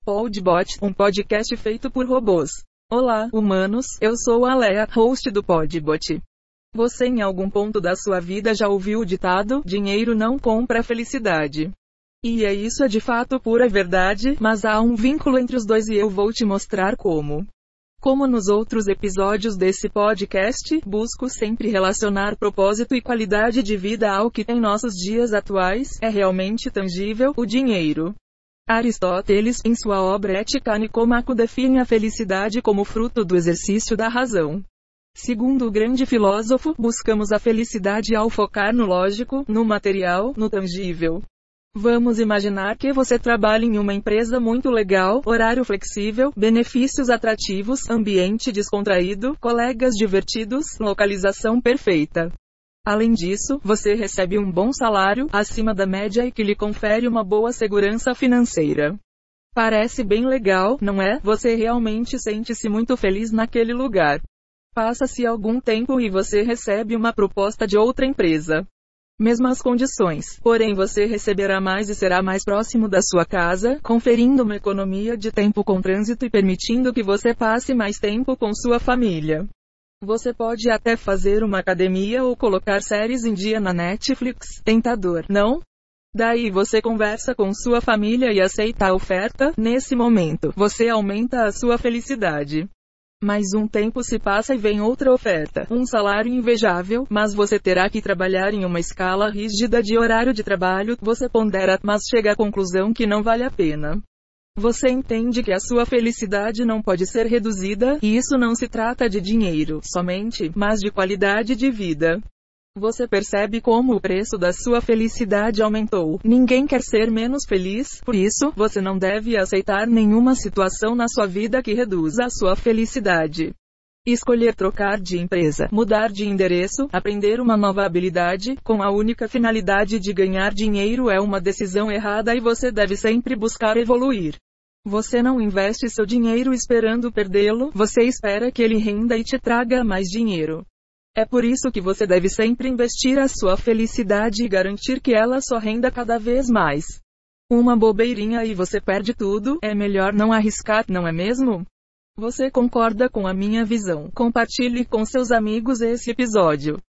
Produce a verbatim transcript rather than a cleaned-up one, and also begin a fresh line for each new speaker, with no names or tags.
Podbot, um podcast feito por robôs. Olá, humanos, eu sou a Leia, host do Podbot. Você em algum ponto da sua vida já ouviu o ditado, dinheiro não compra felicidade. E é isso é de fato pura verdade, mas há um vínculo entre os dois e eu vou te mostrar como. Como nos outros episódios desse podcast, busco sempre relacionar propósito e qualidade de vida ao que em nossos dias atuais é realmente tangível, o dinheiro. Aristóteles, em sua obra Ética Nicômaco, define a felicidade como fruto do exercício da razão. Segundo o grande filósofo, buscamos a felicidade ao focar no lógico, no material, no tangível. Vamos imaginar que você trabalha em uma empresa muito legal, horário flexível, benefícios atrativos, ambiente descontraído, colegas divertidos, localização perfeita. Além disso, você recebe um bom salário, acima da média e que lhe confere uma boa segurança financeira. Parece bem legal, não é? Você realmente sente-se muito feliz naquele lugar. Passa-se algum tempo e você recebe uma proposta de outra empresa. Mesmas condições, porém você receberá mais e será mais próximo da sua casa, conferindo uma economia de tempo com trânsito e permitindo que você passe mais tempo com sua família. Você pode até fazer uma academia ou colocar séries em dia na Netflix. Tentador, não? Daí você conversa com sua família e aceita a oferta. Nesse momento, você aumenta a sua felicidade. Mais um tempo se passa e vem outra oferta. Um salário invejável, mas você terá que trabalhar em uma escala rígida de horário de trabalho. Você pondera, mas chega à conclusão que não vale a pena. Você entende que a sua felicidade não pode ser reduzida, e isso não se trata de dinheiro, somente, mas de qualidade de vida. Você percebe como o preço da sua felicidade aumentou. Ninguém quer ser menos feliz, por isso, você não deve aceitar nenhuma situação na sua vida que reduza a sua felicidade. Escolher trocar de empresa, mudar de endereço, aprender uma nova habilidade, com a única finalidade de ganhar dinheiro é uma decisão errada e você deve sempre buscar evoluir. Você não investe seu dinheiro esperando perdê-lo, você espera que ele renda e te traga mais dinheiro. É por isso que você deve sempre investir a sua felicidade e garantir que ela só renda cada vez mais. Uma bobeirinha e você perde tudo, é melhor não arriscar, não é mesmo? Você concorda com a minha visão? Compartilhe com seus amigos esse episódio.